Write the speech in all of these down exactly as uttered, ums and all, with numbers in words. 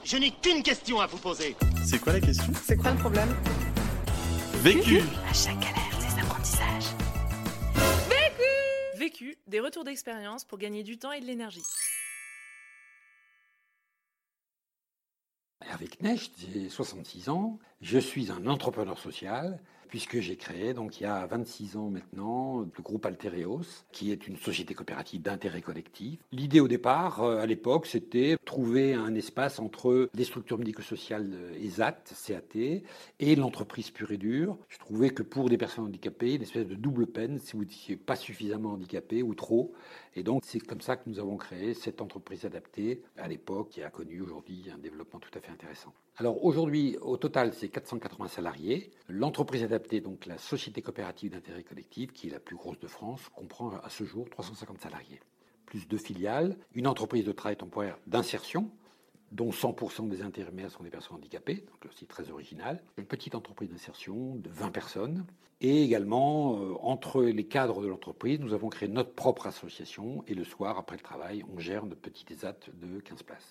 Je n'ai qu'une question à vous poser. C'est quoi la question? C'est quoi le problème? Vécu. À chaque galère, ses apprentissages. Vécu. Vécu, des retours d'expérience pour gagner du temps et de l'énergie. Avec Necht, j'ai soixante-six ans. Je suis un entrepreneur social puisque j'ai créé, donc il y a vingt-six ans maintenant, le groupe Altereos, qui est une société coopérative d'intérêt collectif. L'idée au départ, à l'époque, c'était trouver un espace entre les structures médico-sociales E S A T, C A T, et l'entreprise pure et dure. Je trouvais que pour des personnes handicapées, une espèce de double peine si vous n'étiez pas suffisamment handicapé ou trop. Et donc c'est comme ça que nous avons créé cette entreprise adaptée à l'époque qui a connu aujourd'hui un développement tout à fait intéressant. Alors aujourd'hui, au total, c'est quatre cent quatre-vingts salariés. L'entreprise adaptée, donc la société coopérative d'intérêt collectif, qui est la plus grosse de France, comprend à ce jour trois cent cinquante salariés. Plus deux filiales, une entreprise de travail temporaire d'insertion, dont cent pour cent des intérimaires sont des personnes handicapées, donc là aussi très original. Une petite entreprise d'insertion de vingt personnes. Et également, euh, entre les cadres de l'entreprise, nous avons créé notre propre association. Et le soir, après le travail, on gère notre petite E S A T de quinze places.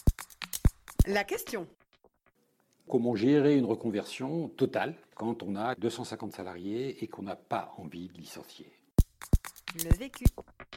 La question. Comment gérer une reconversion totale quand on a deux cent cinquante salariés et qu'on n'a pas envie de licencier? Le vécu.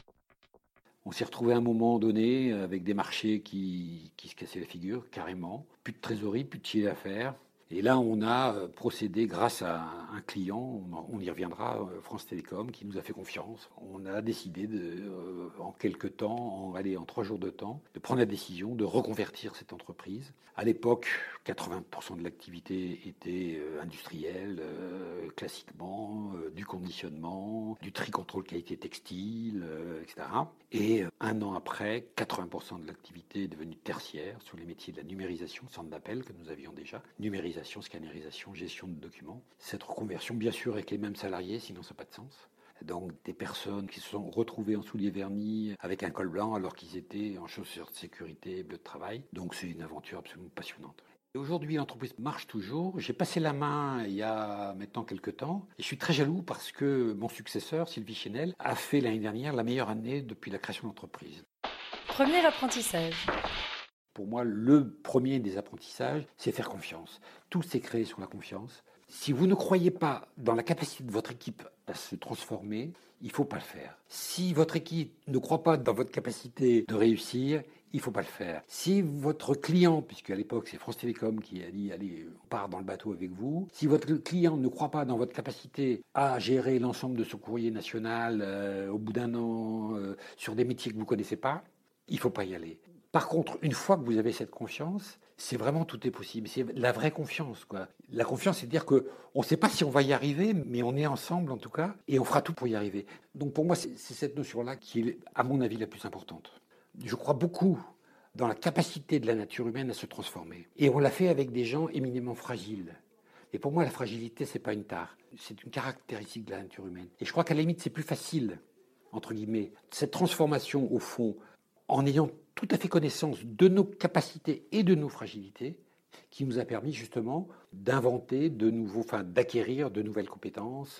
On s'est retrouvé à un moment donné avec des marchés qui, qui se cassaient la figure, carrément. Plus de trésorerie, plus de chiffre d'affaires. Et là, on a procédé grâce à un client, on y reviendra, France Télécom, qui nous a fait confiance. On a décidé, de, euh, en quelques temps, en, allez, en trois jours de temps, de prendre la décision de reconvertir cette entreprise. À l'époque, quatre-vingts pour cent de l'activité était euh, industrielle, euh, classiquement, euh, du conditionnement, du tri-contrôle qualité textile, euh, et cetera. Et euh, un an après, quatre-vingts pour cent de l'activité est devenue tertiaire sur les métiers de la numérisation, centre d'appel que nous avions déjà, numérisation, scannérisation, gestion de documents. Cette reconversion, bien sûr, avec les mêmes salariés, sinon ça n'a pas de sens. Donc des personnes qui se sont retrouvées en souliers vernis avec un col blanc alors qu'ils étaient en chaussures de sécurité, bleu de travail. Donc c'est une aventure absolument passionnante. Et aujourd'hui, l'entreprise marche toujours. J'ai passé la main il y a maintenant quelques temps. Et je suis très jaloux parce que mon successeur, Sylvie Chenel, a fait l'année dernière la meilleure année depuis la création de l'entreprise. Premier apprentissage. Pour moi, le premier des apprentissages, c'est faire confiance. Tout s'est créé sur la confiance. Si vous ne croyez pas dans la capacité de votre équipe à se transformer, il ne faut pas le faire. Si votre équipe ne croit pas dans votre capacité de réussir, il ne faut pas le faire. Si votre client, puisque à l'époque c'est France Télécom qui a dit « allez, on part dans le bateau avec vous », si votre client ne croit pas dans votre capacité à gérer l'ensemble de ce courrier national euh, au bout d'un an euh, sur des métiers que vous ne connaissez pas, il ne faut pas y aller. Par contre, une fois que vous avez cette confiance, c'est vraiment tout est possible. C'est la vraie confiance, quoi. La confiance, c'est de dire qu'on ne sait pas si on va y arriver, mais on est ensemble en tout cas, et on fera tout pour y arriver. Donc pour moi, c'est, c'est cette notion-là qui est, à mon avis, la plus importante. Je crois beaucoup dans la capacité de la nature humaine à se transformer. Et on l'a fait avec des gens éminemment fragiles. Et pour moi, la fragilité, c'est pas une tare. C'est une caractéristique de la nature humaine. Et je crois qu'à la limite, c'est plus facile, entre guillemets, cette transformation, au fond, en ayant tout à fait connaissance de nos capacités et de nos fragilités, qui nous a permis justement d'inventer de nouveaux, enfin d'acquérir de nouvelles compétences.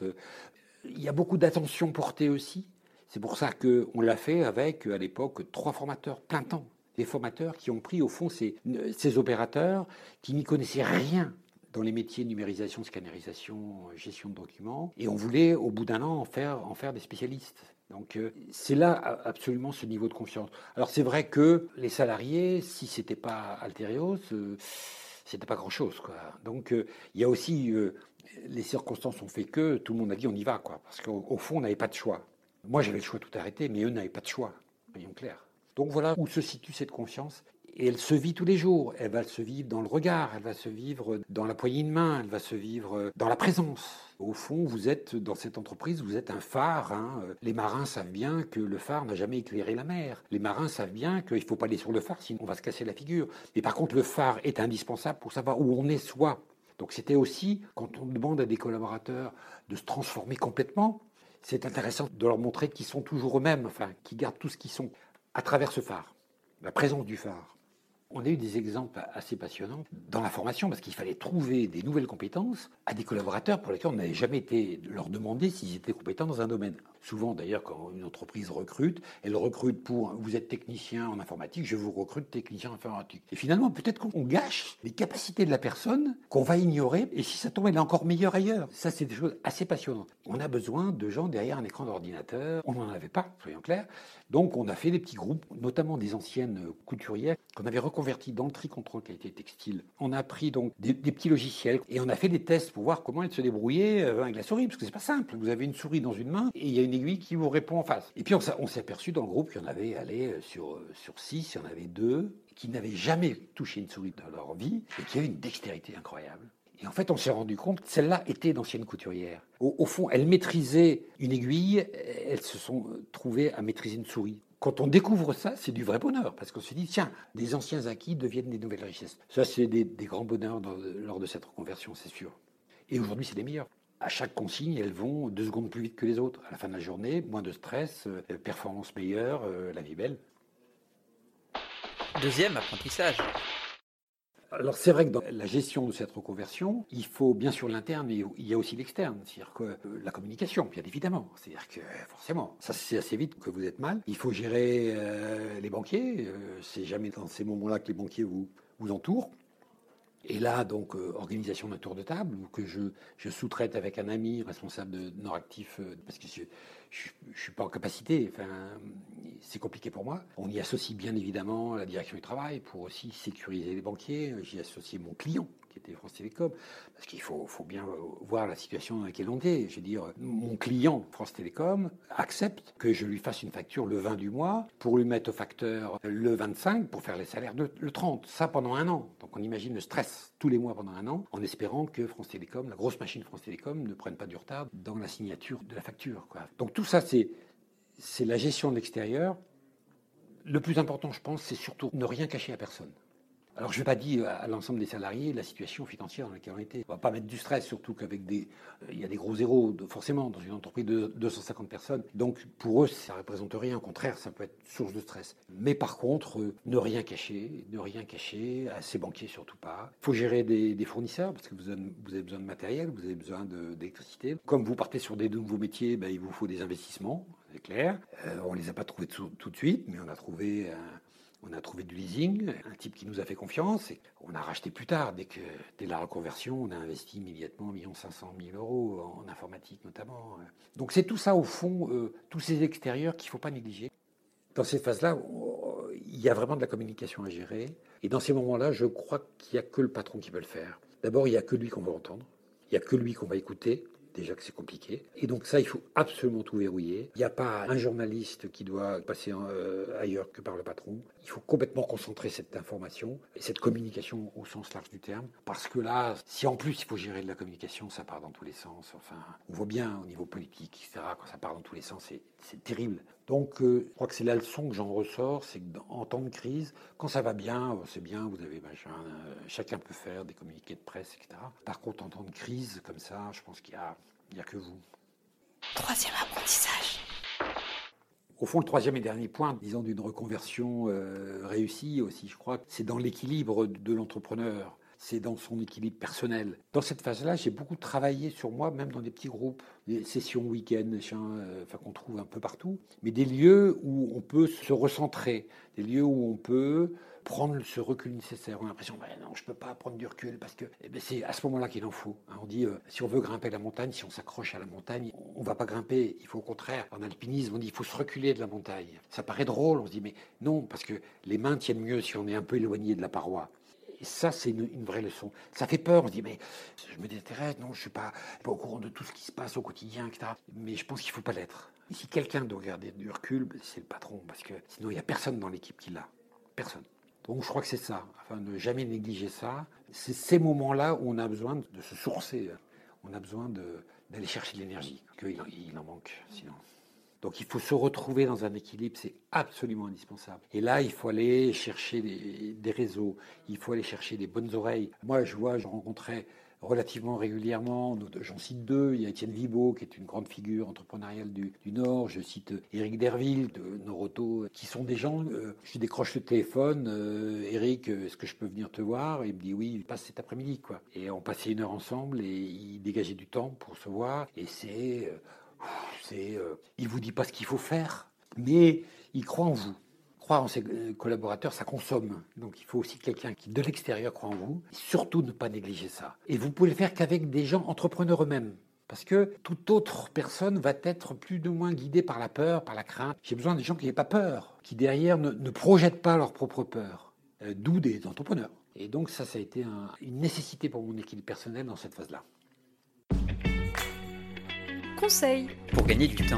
Il y a beaucoup d'attention portée aussi. C'est pour ça qu'on l'a fait avec, à l'époque, trois formateurs plein temps. Des formateurs qui ont pris, au fond, ces, ces opérateurs qui n'y connaissaient rien dans les métiers de numérisation, scannérisation, gestion de documents. Et on voulait, au bout d'un an, en faire, en faire des spécialistes. Donc euh, c'est là absolument ce niveau de confiance. Alors c'est vrai que les salariés, si c'était pas Altereos, euh, c'était pas grand-chose, quoi. Donc euh, il y a aussi euh, les circonstances ont fait que tout le monde a dit on y va, quoi. Parce qu'au au fond on n'avait pas de choix. Moi j'avais le choix de tout arrêter, mais eux n'avaient pas de choix. Soyons clairs. Donc voilà où se situe cette confiance. Et elle se vit tous les jours. Elle va se vivre dans le regard, elle va se vivre dans la poignée de main, elle va se vivre dans la présence. Au fond, vous êtes dans cette entreprise, vous êtes un phare. Hein. Les marins savent bien que le phare n'a jamais éclairé la mer. Les marins savent bien qu'il ne faut pas aller sur le phare, sinon on va se casser la figure. Mais par contre, le phare est indispensable pour savoir où on est soi. Donc c'était aussi, quand on demande à des collaborateurs de se transformer complètement, c'est intéressant de leur montrer qu'ils sont toujours eux-mêmes, enfin, qu'ils gardent tout ce qu'ils sont à travers ce phare, la présence du phare. On a eu des exemples assez passionnants dans la formation parce qu'il fallait trouver des nouvelles compétences à des collaborateurs pour lesquels on n'avait jamais été leur demander s'ils étaient compétents dans un domaine. Souvent d'ailleurs quand une entreprise recrute, elle recrute pour vous êtes technicien en informatique, je vous recrute technicien en informatique. Et finalement peut-être qu'on gâche les capacités de la personne qu'on va ignorer et si ça tombe elle est encore meilleure ailleurs. Ça c'est des choses assez passionnantes. On a besoin de gens derrière un écran d'ordinateur, on n'en avait pas, soyons clairs. Donc on a fait des petits groupes, notamment des anciennes couturières qu'on avait reconverties dans le tri-contrôle qualité textile. On a pris donc des, des petits logiciels et on a fait des tests pour voir comment elles se débrouillaient avec la souris, parce que c'est pas simple. Vous avez une souris dans une main et il y a une aiguille qui vous répond en face. Et puis on, on s'est aperçu dans le groupe qu'il y en avait, allez, sur, sur six, il y en avait deux qui n'avaient jamais touché une souris dans leur vie et qui avaient une dextérité incroyable. Et en fait, on s'est rendu compte que celle-là était d'anciennes couturières. Au, au fond, elles maîtrisaient une aiguille, elles se sont trouvées à maîtriser une souris. Quand on découvre ça, c'est du vrai bonheur, parce qu'on se dit, tiens, des anciens acquis deviennent des nouvelles richesses. Ça, c'est des, des grands bonheurs dans, lors de cette reconversion, c'est sûr. Et aujourd'hui, c'est les meilleurs. À chaque consigne, elles vont deux secondes plus vite que les autres. À la fin de la journée, moins de stress, euh, performance meilleure, euh, la vie belle. Deuxième apprentissage. Alors c'est vrai que dans la gestion de cette reconversion, il faut bien sûr l'interne, mais il y a aussi l'externe, c'est-à-dire que euh, la communication, bien évidemment. C'est-à-dire que forcément, ça c'est assez vite que vous êtes mal. Il faut gérer euh, les banquiers, euh, c'est jamais dans ces moments-là que les banquiers vous, vous entourent. Et là, donc, euh, organisation d'un tour de table, que je, je sous-traite avec un ami responsable de Noractif, euh, parce que je ne suis pas en capacité, enfin, c'est compliqué pour moi. On y associe bien évidemment la direction du travail pour aussi sécuriser les banquiers. J'y associe mon client, qui était France Télécom, parce qu'il faut, faut bien voir la situation dans laquelle on est. Je veux dire, mon client, France Télécom, accepte que je lui fasse une facture le vingt du mois pour lui mettre au facteur le vingt-cinq pour faire les salaires de, le trente. Ça pendant un an. Donc on imagine le stress tous les mois pendant un an, en espérant que France Télécom, la grosse machine France Télécom, ne prenne pas du retard dans la signature de la facture, quoi. Donc tout ça, c'est, c'est la gestion de l'extérieur. Le plus important, je pense, c'est surtout ne rien cacher à personne. Alors, je ne vais pas dire à l'ensemble des salariés la situation financière dans laquelle on était. On ne va pas mettre du stress, surtout qu'avec des... Il y a des gros zéros, forcément, dans une entreprise de deux cent cinquante personnes. Donc, pour eux, ça ne représente rien. Au contraire, ça peut être source de stress. Mais par contre, ne rien cacher, ne rien cacher, à ses banquiers surtout pas. Il faut gérer des, des fournisseurs, parce que vous avez, vous avez besoin de matériel, vous avez besoin de, d'électricité. Comme vous partez sur des nouveaux métiers, ben, il vous faut des investissements, c'est clair. Euh, on ne les a pas trouvés tout, tout de suite, mais on a trouvé... Un, On a trouvé du leasing, un type qui nous a fait confiance, et on a racheté plus tard. Dès, que, dès la reconversion, on a investi immédiatement un million cinq cent mille euros en informatique notamment. Donc c'est tout ça au fond, euh, tous ces extérieurs qu'il ne faut pas négliger. Dans ces phases-là, on, il y a vraiment de la communication à gérer. Et dans ces moments-là, je crois qu'il n'y a que le patron qui peut le faire. D'abord, il n'y a que lui qu'on va entendre. Il n'y a que lui qu'on va écouter. Déjà que c'est compliqué. Et donc ça, il faut absolument tout verrouiller. Il n'y a pas un journaliste qui doit passer euh, ailleurs que par le patron. Il faut complètement concentrer cette information et cette communication au sens large du terme. Parce que là, si en plus il faut gérer de la communication, ça part dans tous les sens. Enfin, on voit bien au niveau politique, et cetera, quand ça part dans tous les sens, c'est, c'est terrible. Donc, euh, je crois que c'est la leçon que j'en ressors, c'est qu'en temps de crise, quand ça va bien, c'est bien, vous avez machin, euh, chacun peut faire des communiqués de presse, et cetera. Par contre, en temps de crise, comme ça, je pense qu'il y a, il y a que vous. Troisième apprentissage. Au fond, le troisième et dernier point, disons, d'une reconversion euh, réussie aussi, je crois, c'est dans l'équilibre de l'entrepreneur. C'est dans son équilibre personnel. Dans cette phase-là, j'ai beaucoup travaillé sur moi, même dans des petits groupes, des sessions week-end, euh, enfin, qu'on trouve un peu partout, mais des lieux où on peut se recentrer, des lieux où on peut prendre ce recul nécessaire. On a l'impression, ben non, je ne peux pas prendre du recul, parce que eh ben, c'est à ce moment-là qu'il en faut. Hein, on dit, euh, si on veut grimper la montagne, si on s'accroche à la montagne, on ne va pas grimper. Il faut au contraire, en alpinisme, on dit, il faut se reculer de la montagne. Ça paraît drôle, on se dit, mais non, parce que les mains tiennent mieux si on est un peu éloigné de la paroi. Et ça, c'est une, une vraie leçon. Ça fait peur. On se dit, mais je me désintéresse, non, je ne suis pas, pas au courant de tout ce qui se passe au quotidien, et cetera. Mais je pense qu'il ne faut pas l'être. Et si quelqu'un doit garder du recul, c'est le patron, parce que sinon, il n'y a personne dans l'équipe qui l'a. Personne. Donc, je crois que c'est ça. Enfin, ne jamais négliger ça. C'est ces moments-là où on a besoin de se sourcer. On a besoin de, d'aller chercher de l'énergie, qu'il en, il en manque, sinon. Donc il faut se retrouver dans un équilibre, c'est absolument indispensable. Et là, il faut aller chercher des, des réseaux, il faut aller chercher des bonnes oreilles. Moi, je vois, je rencontrais relativement régulièrement. J'en cite deux. Il y a Étienne Vibo, qui est une grande figure entrepreneuriale du, du Nord. Je cite Éric Derville de Noroto, qui sont des gens, euh, je décroche le téléphone, euh, Éric, est-ce que je peux venir te voir? Et il me dit oui, il passe cet après-midi, quoi. Et on passait une heure ensemble et il dégageait du temps pour se voir. Et c'est... Euh, c'est euh, il vous dit pas ce qu'il faut faire, mais il croit en vous. Croire en ses collaborateurs, ça consomme. Donc il faut aussi quelqu'un qui, de l'extérieur, croit en vous. Surtout ne pas négliger ça. Et vous pouvez le faire qu'avec des gens entrepreneurs eux-mêmes. Parce que toute autre personne va être plus ou moins guidée par la peur, par la crainte. J'ai besoin des gens qui n'aient pas peur, qui derrière ne, ne projettent pas leur propre peur. Euh, d'où des entrepreneurs. Et donc ça, ça a été un, une nécessité pour mon équipe personnelle dans cette phase-là. Conseil pour gagner du temps.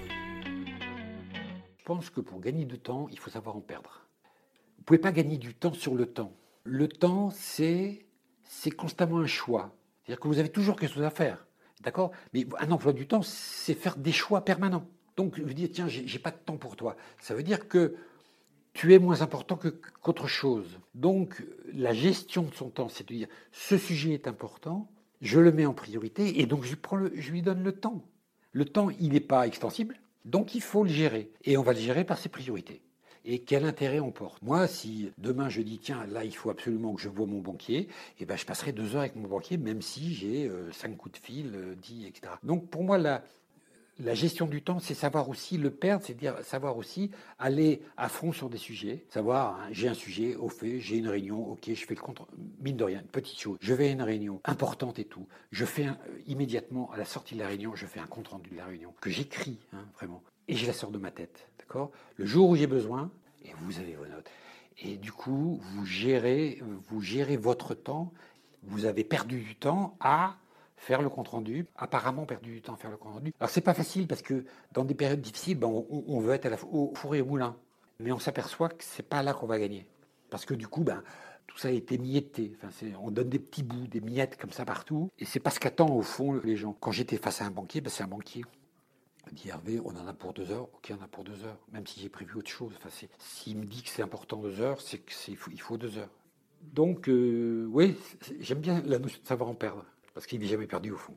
Je pense que pour gagner du temps, il faut savoir en perdre. Vous ne pouvez pas gagner du temps sur le temps. Le temps, c'est, c'est constamment un choix. C'est-à-dire que vous avez toujours quelque chose à faire. D'accord ? Mais un emploi du temps, c'est faire des choix permanents. Donc, je veux dire, tiens, j'ai, j'ai pas de temps pour toi. Ça veut dire que tu es moins important que, qu'autre chose. Donc, la gestion de son temps, c'est de dire, ce sujet est important, je le mets en priorité, et donc je, prends le, je lui donne le temps. Le temps, il n'est pas extensible. Donc il faut le gérer. Et on va le gérer par ses priorités. Et quel intérêt on porte. Moi, si demain je dis, tiens, là, il faut absolument que je voie mon banquier, eh ben, je passerai deux heures avec mon banquier, même si j'ai euh, cinq coups de fil, euh, dix, et cetera. Donc pour moi, la, la gestion du temps, c'est savoir aussi le perdre, c'est-à-dire savoir aussi aller à fond sur des sujets. Savoir, hein, j'ai un sujet, au fait, j'ai une réunion, ok, je fais le compte, mine de rien, petite chose. Je vais à une réunion importante et tout. Je fais un, euh, immédiatement, à la sortie de la réunion, je fais un compte rendu de la réunion, que j'écris, hein, vraiment. Et je la sors de ma tête, d'accord ? Le jour où j'ai besoin, et vous avez vos notes. Et du coup, vous gérez, vous gérez votre temps. Vous avez perdu du temps à faire le compte-rendu, apparemment perdu du temps à faire le compte-rendu. Alors, c'est pas facile parce que dans des périodes difficiles, ben, on, on veut être à la, au four et au moulin. Mais on s'aperçoit que c'est pas là qu'on va gagner. Parce que du coup, ben, tout ça a été mietté. Enfin, c'est, on donne des petits bouts, des miettes comme ça partout. Et c'est pas ce qu'attendent au fond les gens. Quand j'étais face à un banquier, ben, c'est un banquier. Il dit Hervé, on en a pour deux heures. Ok, on en a pour deux heures. Même si j'ai prévu autre chose. Enfin, c'est, s'il me dit que c'est important deux heures, c'est qu'il faut, il faut deux heures. Donc, euh, oui, j'aime bien la notion de savoir en perdre. Parce qu'il n'est jamais perdu au fond.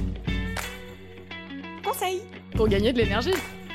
Conseil pour gagner de l'énergie.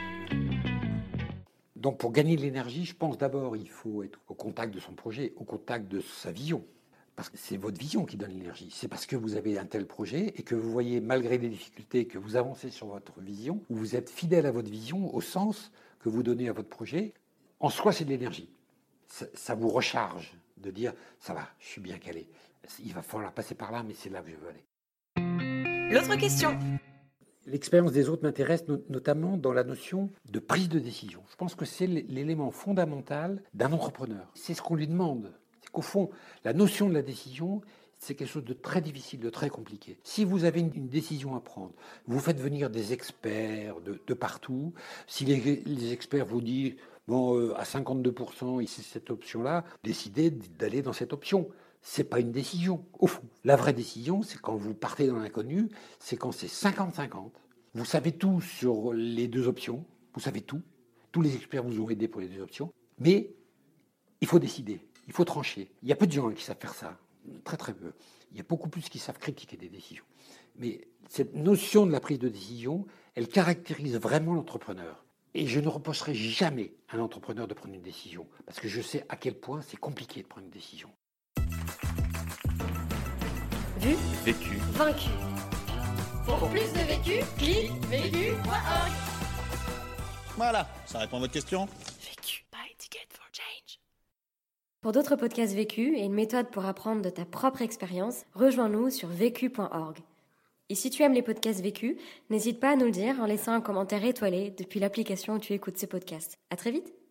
Donc pour gagner de l'énergie, je pense d'abord il faut être au contact de son projet, au contact de sa vision. Parce que c'est votre vision qui donne l'énergie. C'est parce que vous avez un tel projet et que vous voyez, malgré les difficultés, que vous avancez sur votre vision, ou vous êtes fidèle à votre vision, au sens que vous donnez à votre projet. En soi, c'est de l'énergie. Ça, ça vous recharge de dire, ça va, je suis bien calé. Il va falloir passer par là, mais c'est là que je veux aller. L'autre question. L'expérience des autres m'intéresse no- notamment dans la notion de prise de décision. Je pense que c'est l'élément fondamental d'un entrepreneur. C'est ce qu'on lui demande. C'est qu'au fond, la notion de la décision, c'est quelque chose de très difficile, de très compliqué. Si vous avez une, une décision à prendre, vous faites venir des experts de, de partout. Si les, les experts vous disent, bon, euh, à cinquante-deux pour cent, c'est cette option-là, décidez d'aller dans cette option. C'est pas une décision, au fond. La vraie décision, c'est quand vous partez dans l'inconnu, c'est quand c'est cinquante cinquante. Vous savez tout sur les deux options, vous savez tout. Tous les experts vous ont aidé pour les deux options. Mais il faut décider, il faut trancher. Il y a peu de gens qui savent faire ça, très très peu. Il y a beaucoup plus qui savent critiquer des décisions. Mais cette notion de la prise de décision, elle caractérise vraiment l'entrepreneur. Et je ne reprocherai jamais à un entrepreneur de prendre une décision, parce que je sais à quel point c'est compliqué de prendre une décision. Vu, Vécu. vaincu. Pour plus de vécu, clique vécu point org. Voilà, ça répond à votre question. Vécu. Buy ticket for change. Pour d'autres podcasts vécus et une méthode pour apprendre de ta propre expérience, rejoins-nous sur vécu point org. Et si tu aimes les podcasts vécus, n'hésite pas à nous le dire en laissant un commentaire étoilé depuis l'application où tu écoutes ces podcasts. À très vite!